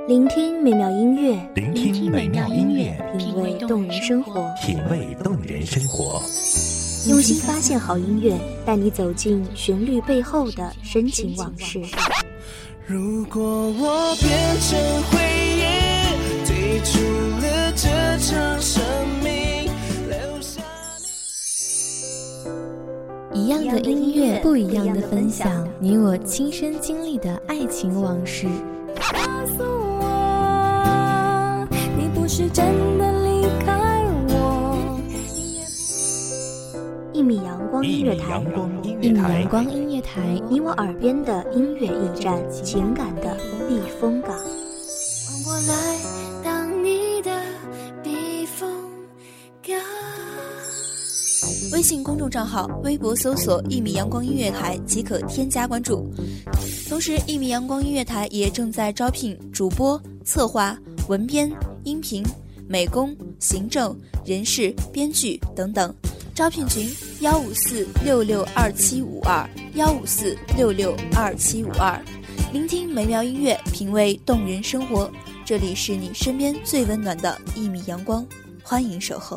聆听美妙音乐， 聆听美妙音乐， 品味动人生活， 品味动人生活。 用心发现好音乐，带你走进旋律背后的深情往事。 如果我变成回忆，退出了这场生命，留下一样的音乐，不一样的分享，你我亲身经历的爱情往事。 告诉我，你不是真的离开我。 一米阳光音乐台， 一米阳光音乐台， 你我耳边的音乐驿站，情感的避风港。 让我来当你的避风港。 微信公众账号、微博搜索“一米阳光音乐台”即可添加关注。同时，一米阳光音乐台也正在招聘主播、策划、文编、音频、美工、行政、人事、编剧等等。招聘群154662752，154662752。聆听美妙音乐，品味动人生活。这里是你身边最温暖的一米阳光，欢迎守候。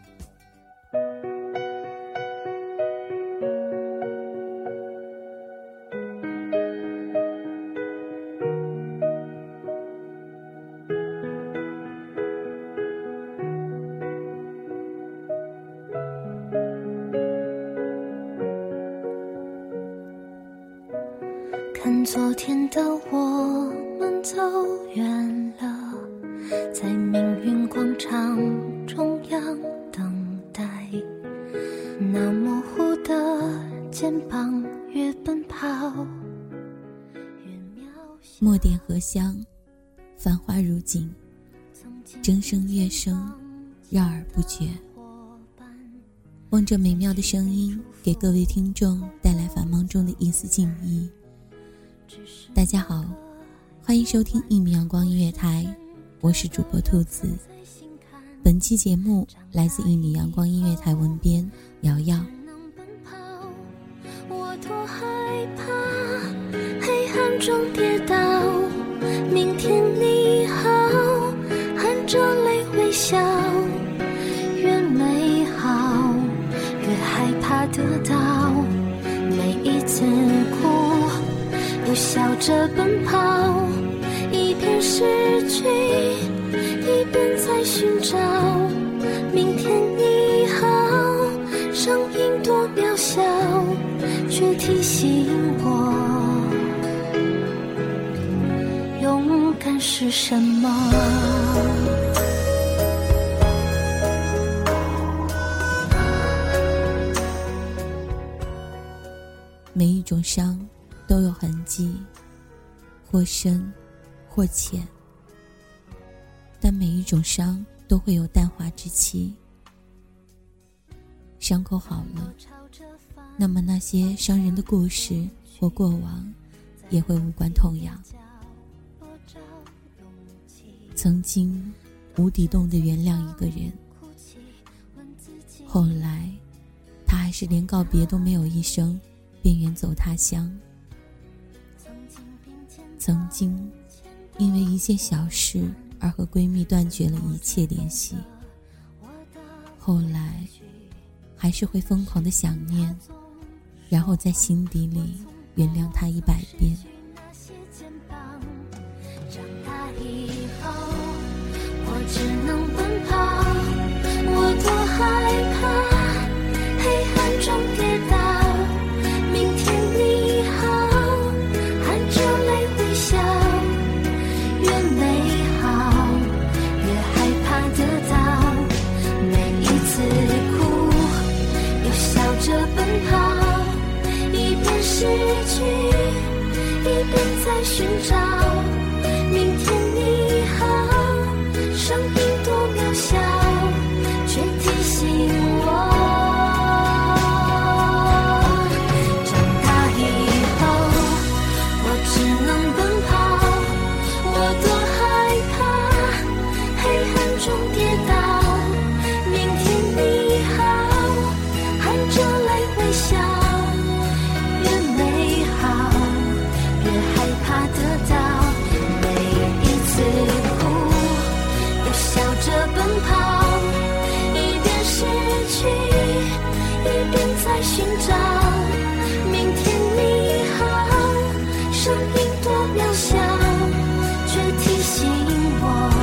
看昨天的我们走远了，在命运广场中央等待，那模糊的肩膀越奔跑越渺小。 墨点荷香，繁花如锦，筝声乐声绕而不绝。望着美妙的声音，给各位听众带来繁忙中的一丝静意。大家好，欢迎收听一米阳光音乐台，我是主播兔子。本期节目来自一米阳光音乐台文编瑶瑶。 我多害怕黑暗中跌倒，明天你好，含着泪微笑，越美好越害怕得到，每一次哭又笑着奔跑，一边失去一边在寻找，明天你好，声音多渺小，却提醒我勇敢是什么。 每一种伤都有痕迹，或深或浅，但每一种伤都会有淡化之期。伤口好了，那么那些伤人的故事或过往也会无关痛痒。曾经无底洞地原谅一个人，后来他还是连告别都没有一声，便远走他乡。曾经因为一件小事而和闺蜜断绝了一切联系，后来还是会疯狂的想念，然后在心底里原谅她100遍。 长大以后我只能奔跑，我多害怕黑暗中跌倒，明天你好，含着泪微笑，越美好越害怕得到，每一次哭又笑着奔跑，一边失去一边在寻找，明天你好，声音多渺小，却提醒我越美好越害怕得到，每一声音多渺小，却提醒我，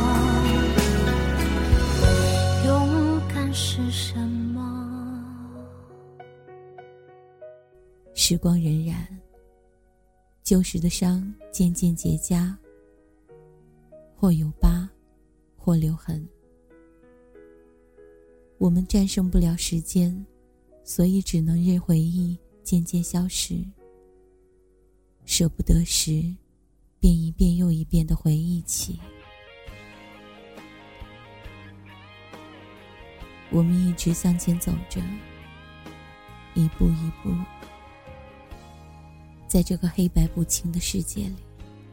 勇敢是什么。 时光荏苒，旧时的伤渐渐结痂，或有疤，或留痕。我们战胜不了时间，所以只能任回忆渐渐消失。舍不得时，便一遍又一遍地回忆起。我们一直向前走着，一步一步，在这个黑白不清的世界里。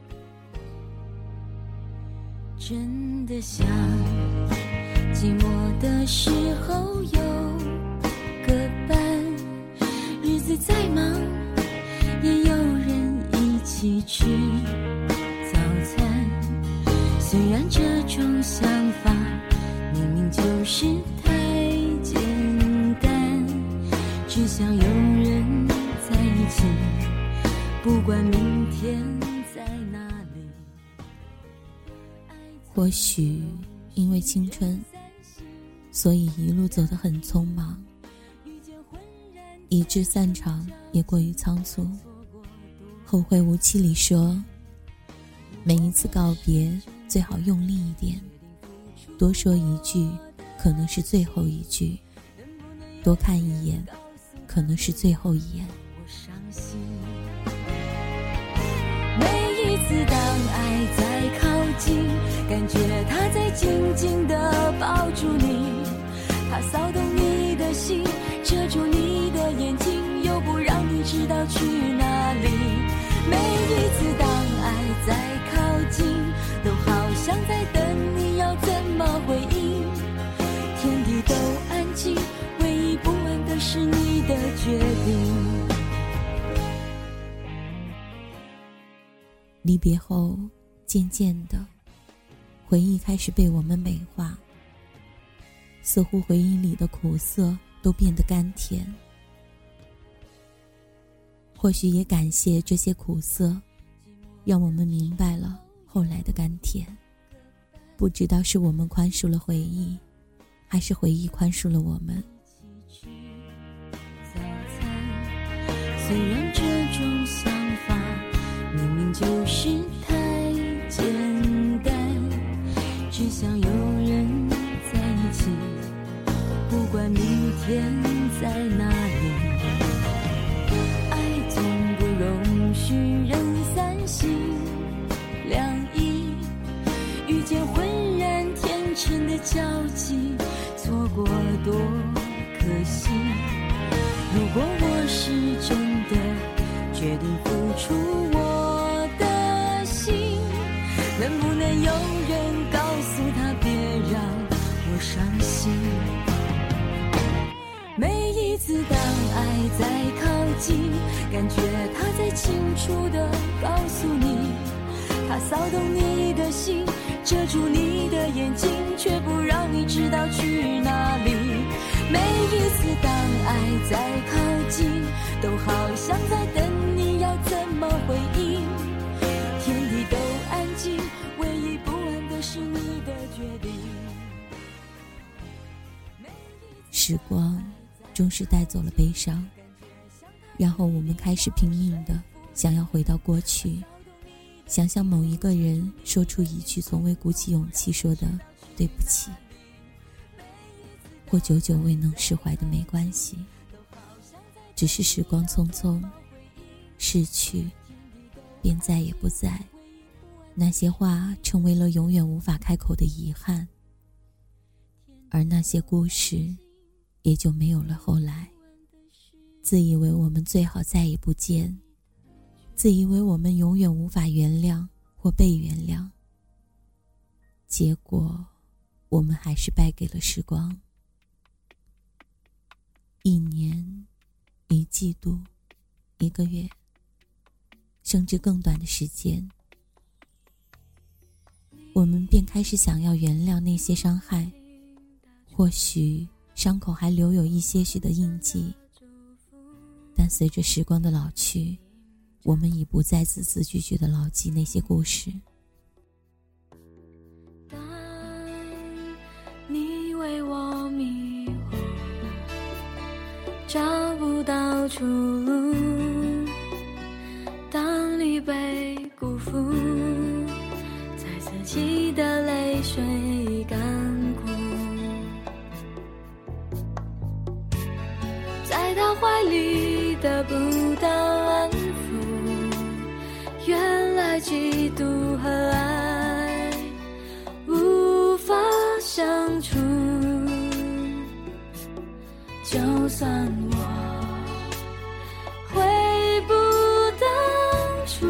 真的想寂寞的时候有个伴，日子再忙也有人一起吃早餐。虽然这种想法明明就是太简单，只想有人在一起，不管明天在哪里。 或许因为青春，所以一路走得很匆忙，以致散场也过于仓促。后会无期里说，每一次告别最好用力一点，多说一句可能是最后一句，多看一眼可能是最后一眼。 每一次当爱在靠近，感觉他在紧紧地抱住你，他骚动你的心，遮住你的眼睛，又不让你知道去哪里。每一次当爱在靠近，都好像在等你要怎么回应。天地都安静，唯一不安的是你的决定。 离别后，渐渐的，回忆开始被我们美化，似乎回忆里的苦涩都变得甘甜。或许也感谢这些苦涩，让我们明白了后来的甘甜。不知道是我们宽恕了回忆，还是回忆宽恕了我们。 虽然这种想法明明就是太简单，只想有人在一起，不管明天在哪里。爱总不容许人三心两意，遇见浑然天成的交集，错过多可惜。如果我是真的决定付出我的心，能不能有人告诉他别让我伤心。每一次当爱在靠近，感觉他在清楚地告诉你，他骚动你的心，遮住你的眼睛，却不让你知道去哪里。每一次当爱在靠近，都好像在等你要怎么回应。天地都安静，唯一不安的是你的决定。 时光终是带走了悲伤，然后我们开始拼命的想要回到过去，想向某一个人说出一句从未鼓起勇气说的对不起，或久久未能释怀的没关系，只是时光匆匆，逝去便再也不在，那些话成为了永远无法开口的遗憾，而那些故事也就没有了后来。自以为我们最好再也不见，自以为我们永远无法原谅或被原谅，结果我们还是败给了时光。1年、1季度、1个月，甚至更短的时间，我们便开始想要原谅那些伤害，或许伤口还留有一些许的印记，但随着时光的老去， 我们已不再字字句句地牢记那些故事。 当你为我迷惑，找不到出路，当你被辜负，在自己的泪水干枯，在他怀里得不到安抚，原来嫉妒和爱无法相处。就算我悔不当初，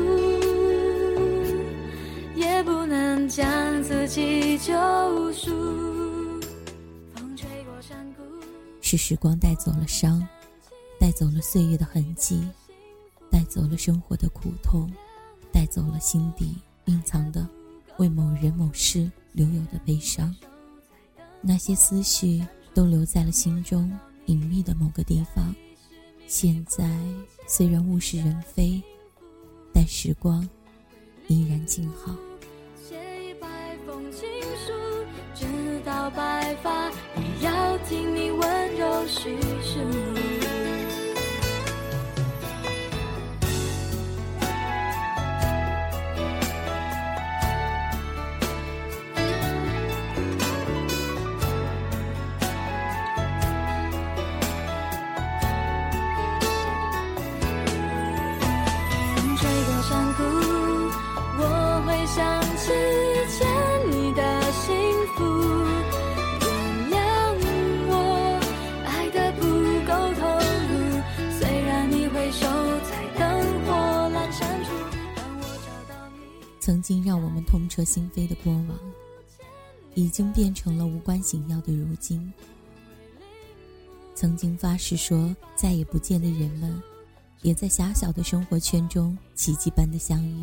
也不能将自己救赎。风吹过山谷， 是时光带走了伤，带走了岁月的痕迹，带走了生活的苦痛，带走了心底蕴藏的为某人某事留有的悲伤。那些思绪都留在了心中隐秘的某个地方，现在虽然物是人非，但时光依然静好。 写一百封情书，直到白发也要听你温柔叙述。想起欠你的幸福，原谅我爱得不够投入，虽然你回首在灯火阑珊处，让我找到你。 曾经让我们痛彻心扉的过往，已经变成了无关紧要的如今。曾经发誓说再也不见的人们，也在狭小的生活圈中奇迹般的相遇。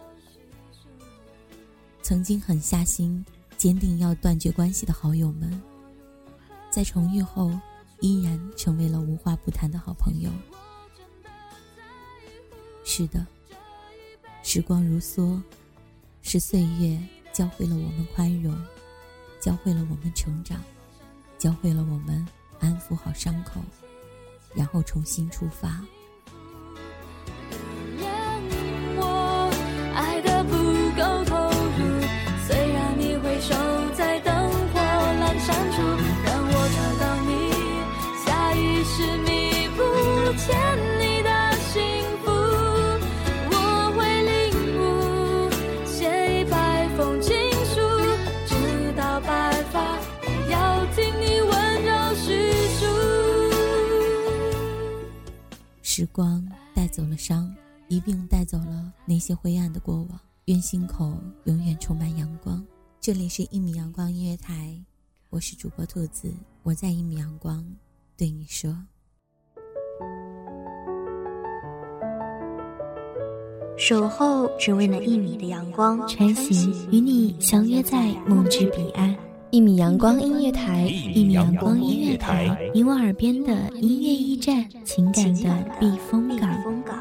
曾经狠下心坚定要断绝关系的好友们，在重遇后依然成为了无话不谈的好朋友。是的，时光如梭，是岁月教会了我们宽容，教会了我们成长，教会了我们安抚好伤口，然后重新出发。 原谅我爱得不够投入，虽然你回首在灯火阑珊处，让我找到你，下意识弥补欠你的幸福。我会领悟，写一百封情书，直到白发也要听你温柔叙述。 时光带走了伤，一并带走了那些灰暗的过往。愿心口永远充满阳光。这里是1米阳光音乐台，我是主播兔子，我在1米阳光对你说， 守候只为那1米的阳光， 穿行与你相约在梦之彼岸。1米阳光音乐台，1米阳光音乐台，你我耳边的音乐驿站，情感的避风港。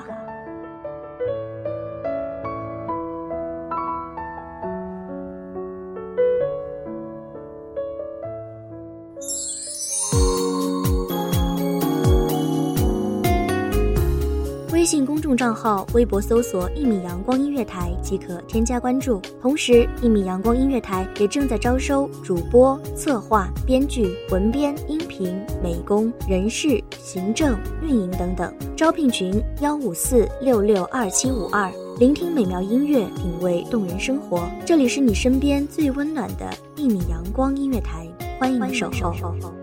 微信公众账号、微博搜索1米阳光音乐台即可添加关注。同时，1米阳光音乐台也正在招收主播、策划、编剧、文编、音频、美工、人事、行政、运营等等。招聘群154662752。聆听美妙音乐，品味动人生活。这里是你身边最温暖的1米阳光音乐台，欢迎你守候。